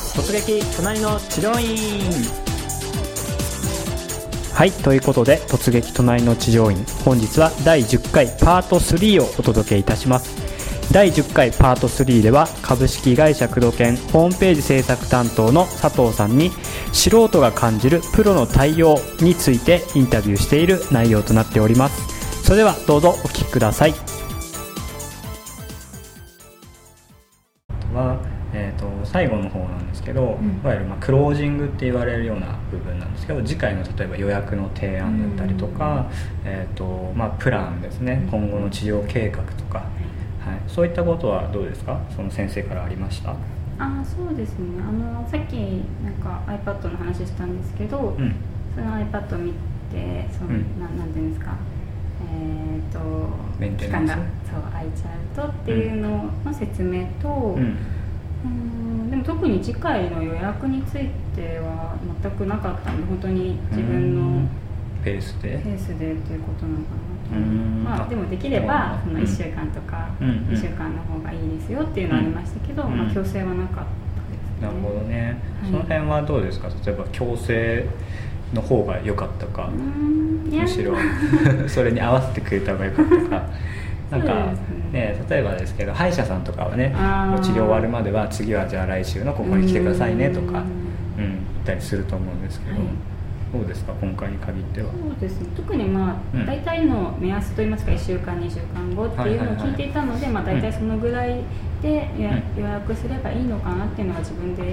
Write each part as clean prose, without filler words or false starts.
突撃隣の治療院。はい、ということで突撃隣の治療院、本日は第10回パート3をお届けいたします。第10回パート3では株式会社工藤研ホームページ制作担当の佐藤さんに素人が感じるプロの対応についてインタビューしている内容となっております。それではどうぞお聞きください。最後の方なんですけど、いわゆるクロージングって言われるような部分なんですけど、次回の例えば予約の提案だったりとか、プランですね、今後の治療計画とか、そういったことはどうですか、その先生からありました？ そうですね、さっきなんか iPad の話したんですけど、その iPad を見てなんていうんですか、 メンテナンス期間が空いちゃうとっていうのの説明と、でも特に次回の予約については全くなかったので、本当に自分のペースでっていうことなのかなと。でもできればその1週間とか2週間の方がいいですよっていうのはありましたけど、強制はなかったですね。 なるほどね、その辺はどうですか？例えば強制の方が良かったか、むしろそれに合わせてくれた方が良かったかなんかね、例えばですけど歯医者さんとかはね、もう治療終わるまでは次はじゃあ来週のここに来てくださいねとか言ったりすると思うんですけど、どうですか今回に限っては？ そうですね、特に大体の目安といいますか、1週間2週間後っていうのを聞いていたので、大体そのぐらいで予約すればいいのかなっていうのが自分で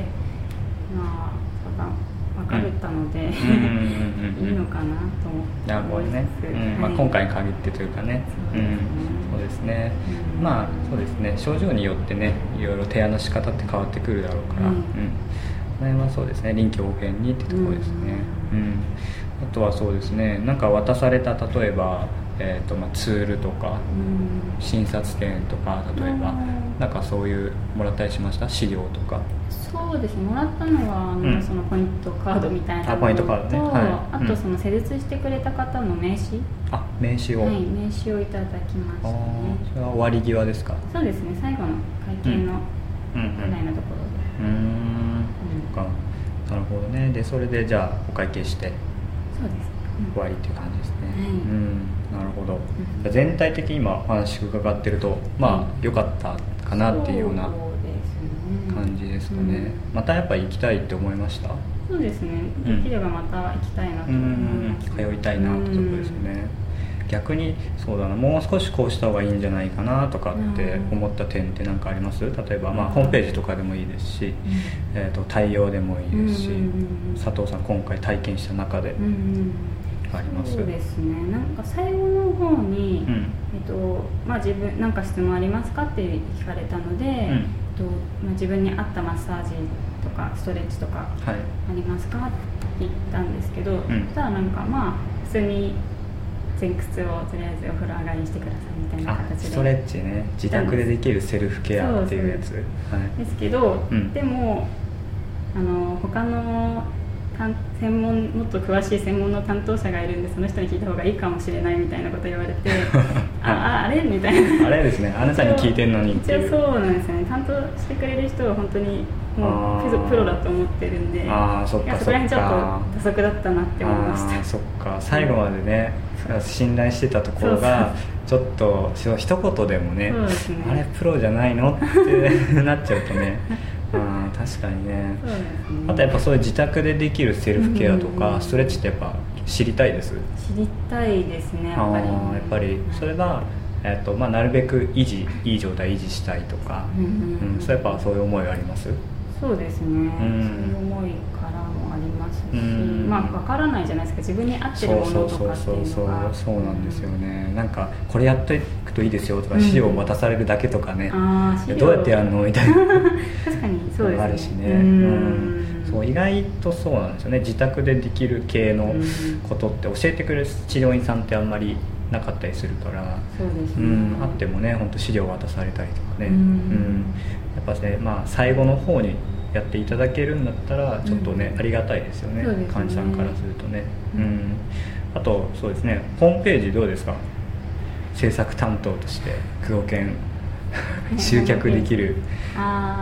分かれたので、いいのかなと思って。 なるほどね、今回に限ってというかね、そうですね、そうですね、症状によってね、いろいろ提案の仕方って変わってくるだろうから、それはそうですね、臨機応変にってところですね。あとはそうですね、なんか渡された例えば、ツールとか、診察券とか、例えばなんかそういうもらったりしました？資料とか。 そうですね、もらったのはそのポイントカードみたいなのと、あとその施術してくれた方の名刺、 名刺を、 名刺をいただきましたね。 それは終わり際ですか？ そうですね、最後の会見のぐらいのところで。 なるほどね。でそれでじゃあお会計して、 そうです、 終わりっていう感じですね。なるほど。全体的に今お話伺ってると、良かったかなっていうような感じですかね。またやっぱり行きたいって思いました？ そうですね、できればまた行きたいなと思います。 通いたいなってところですね。逆にそうだな、もう少しこうした方がいいんじゃないかなとかって思った点って何かあります？例えばホームページとかでもいいですし、対応でもいいですし、佐藤さん今回体験した中であります？ そうですね、なんか最後の方に、自分なんか質問ありますかって聞かれたので、自分に合ったマッサージとかストレッチとかありますかって言ったんですけど、そしたらなんか普通に前屈をとりあえずお風呂上がりにしてくださいみたいな形で。 ストレッチね、自宅でできるセルフケアっていうやつですけど、でも他のもっと詳しい専門の担当者がいるんで、その人に聞いた方がいいかもしれないみたいなこと言われてあれみたいなあれですね、あなたに聞いてるのにっていう。 一応そうなんですよね、担当してくれる人は本当にもうプロだと思ってるんで、 そこら辺ちょっと打足だったなって思いました。 そっか、最後までね、信頼してたところがちょっと一言でもね、あれプロじゃないのってなっちゃうとね確かにね。あとやっぱそういう自宅でできるセルフケアとかストレッチってやっぱ知りたいです？ 知りたいですね、やっぱりそれがなるべくいい状態維持したいとか、それやっぱそういう思いがあります？ そうですね、そういう思いからもありますし、分からないじゃないですか、自分に合ってるものとかっていうのが。 そうなんですよね。なんかこれやっていくといいですよとか、資料を渡されるだけとかね、どうやってやるのみたいな確かにそうですね、 あるしね。そう、意外とそうなんですよね。自宅でできる系のことって教えてくれる治療院さんってあんまりなかったりするから、 そうですね、 あってもね、本当資料渡されたりとかね、やっぱね、最後の方にやっていただけるんだったらちょっとね、ありがたいですよね、患者さんからするとね。あとそうですね、ホームページどうですか？制作担当として工藤研集客できる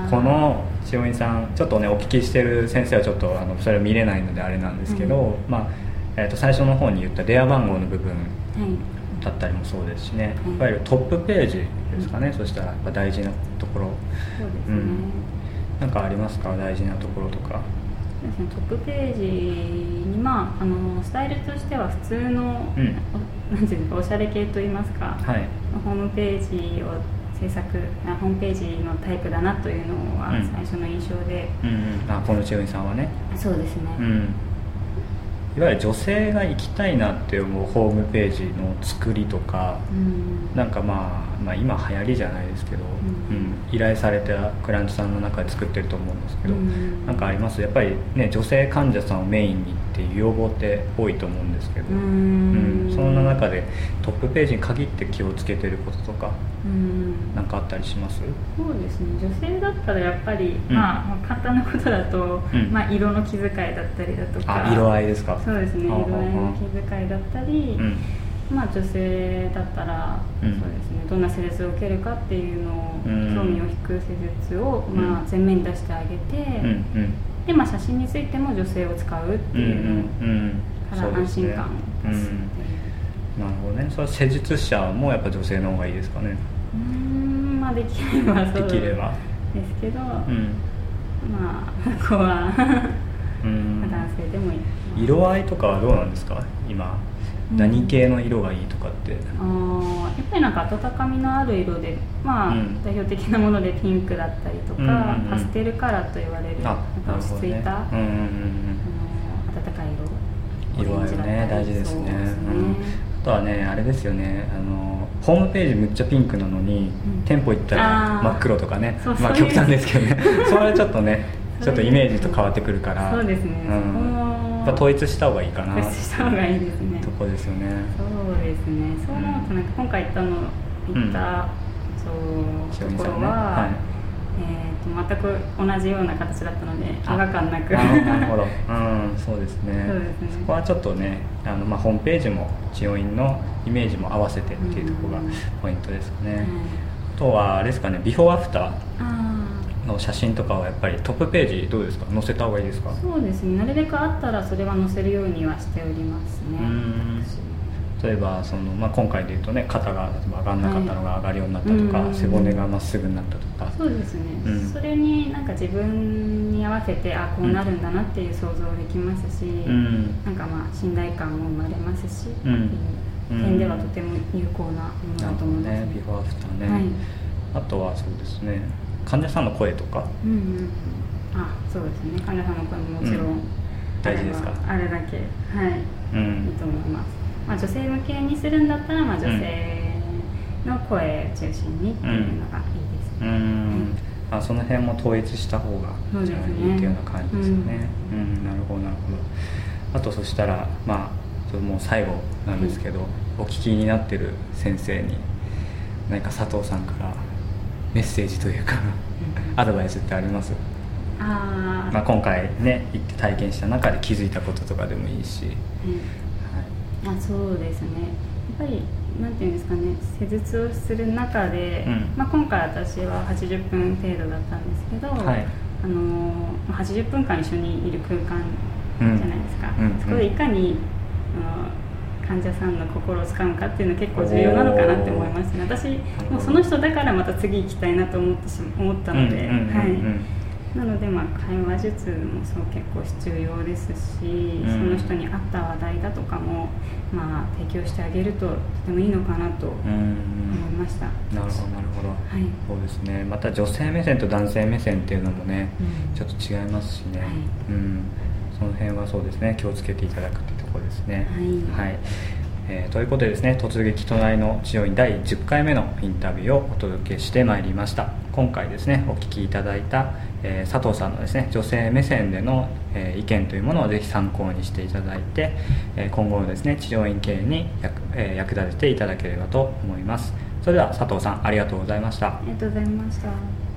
この治療院さんちょっとねお聞きしてる先生はちょっとそれを見れないのであれなんですけど、最初の方に言った電話番号の部分だったりもそうですしね、いわゆるトップページですかね、そしたらやっぱ大事なところ。 そうですね、 なんかありますか、大事なところとか。 ですね、トップページに、スタイルとしては普通の、なんていうんですか、おしゃれ系といいますか、ホームページをホームページのタイプだなというのは最初の印象で、 この治療院さんはね。 そうですね、 いわゆる女性が行きたいなって思うホームページの作りとか、なんか今流行りじゃないですけど、依頼されたクライアントさんの中で作ってると思うんですけど、なんかあります？やっぱりね、女性患者さんをメインにっていう要望って多いと思うんですけど、そんな中でトップページに限って気をつけてることとか、なんかあったりします？ そうですね、女性だったらやっぱり、簡単なことだと、色の気遣いだったりだとか。 色合いですか？ そうですね、色合いの気遣いだったり、女性だったら、そうですね、どんな施術を受けるかっていうのを、興味を引く施術を、前面に出してあげて、で、写真についても女性を使うっていうのから安心感を出すっていう。 なるほどね。それは施術者もやっぱ女性の方がいいですかね？ できればそうですけど、ここは男性でもいい。 色合いとかはどうなんですか？今何系の色がいいとかって。やっぱりなんか温かみのある色で、代表的なものでピンクだったりとか、パステルカラーと言われる落ち着いた、温かい色合いはね、大事ですね。あとはね、あれですよね、ホームページむっちゃピンクなのに、店舗行ったら真っ黒とかね、極端ですけどねそれはちょっとね、ちょっとイメージと変わってくるから、 そうですね、 やっぱ統一した方がいいかな。 統一した方がいいですね。 とこですよね。 そうですね。そう思うと、なんか今回行ったところは、全く同じような形だったので違和感なく。 なるほど。そうですね。そこはちょっとね、ホームページも治療院のイメージも合わせてっていうところがポイントですね。あとはあれですかね、ビフォーアフターの写真とかはやっぱりトップページどうですか？載せた方がいいですか？ そうですね、なるべくあったらそれは載せるようにはしておりますね。 例えば今回でいうとね、肩が上がらなかったのが上がるようになったとか、背骨がまっすぐになったとか。 そうですね、それになんか自分に合わせてこうなるんだなっていう想像できますし、なんか信頼感も生まれますし、っていう点ではとても有効なものだと思いますね。 ビフォーアフターね。あとはそうですね、患者さんの声とか。 そうですね、患者さんの声ももちろん大事ですか？ あれだけいいと思います。女性向けにするんだったら、女性の声中心にっていうのがいいですね。 その辺も統一した方がいいっていうような感じですよね。なるほどなるほど。あとそしたらもう最後なんですけど、お聞きになってる先生に何か佐藤さんからメッセージというかアドバイスってあります？今回ね行って体験した中で気づいたこととかでもいいし。 そうですね、やっぱりなんていうんですかね、施術をする中で、今回私は80分程度だったんですけど、80分間一緒にいる空間じゃないですか。そこでいかに患者さんの心をつかむかっていうのは結構重要なのかなって思いましたね。私もうその人だからまた次行きたいなと思ったので、なので会話術も結構必要ですし、その人に合った話題だとかも提供してあげるととてもいいのかなと思いました。 なるほどなるほど。そうですね。また女性目線と男性目線っていうのもね、ちょっと違いますしね。その辺はそうですね、気をつけていただくっていうところですね。ということでですね、突撃隣の治療院第10回目のインタビューをお届けしてまいりました。今回ですね、お聞きいただいた、佐藤さんのですね、女性目線での、意見というものをぜひ参考にしていただいて、今後のですね、治療院経営に役立てていただければと思います。それでは佐藤さん、ありがとうございました。 ありがとうございました。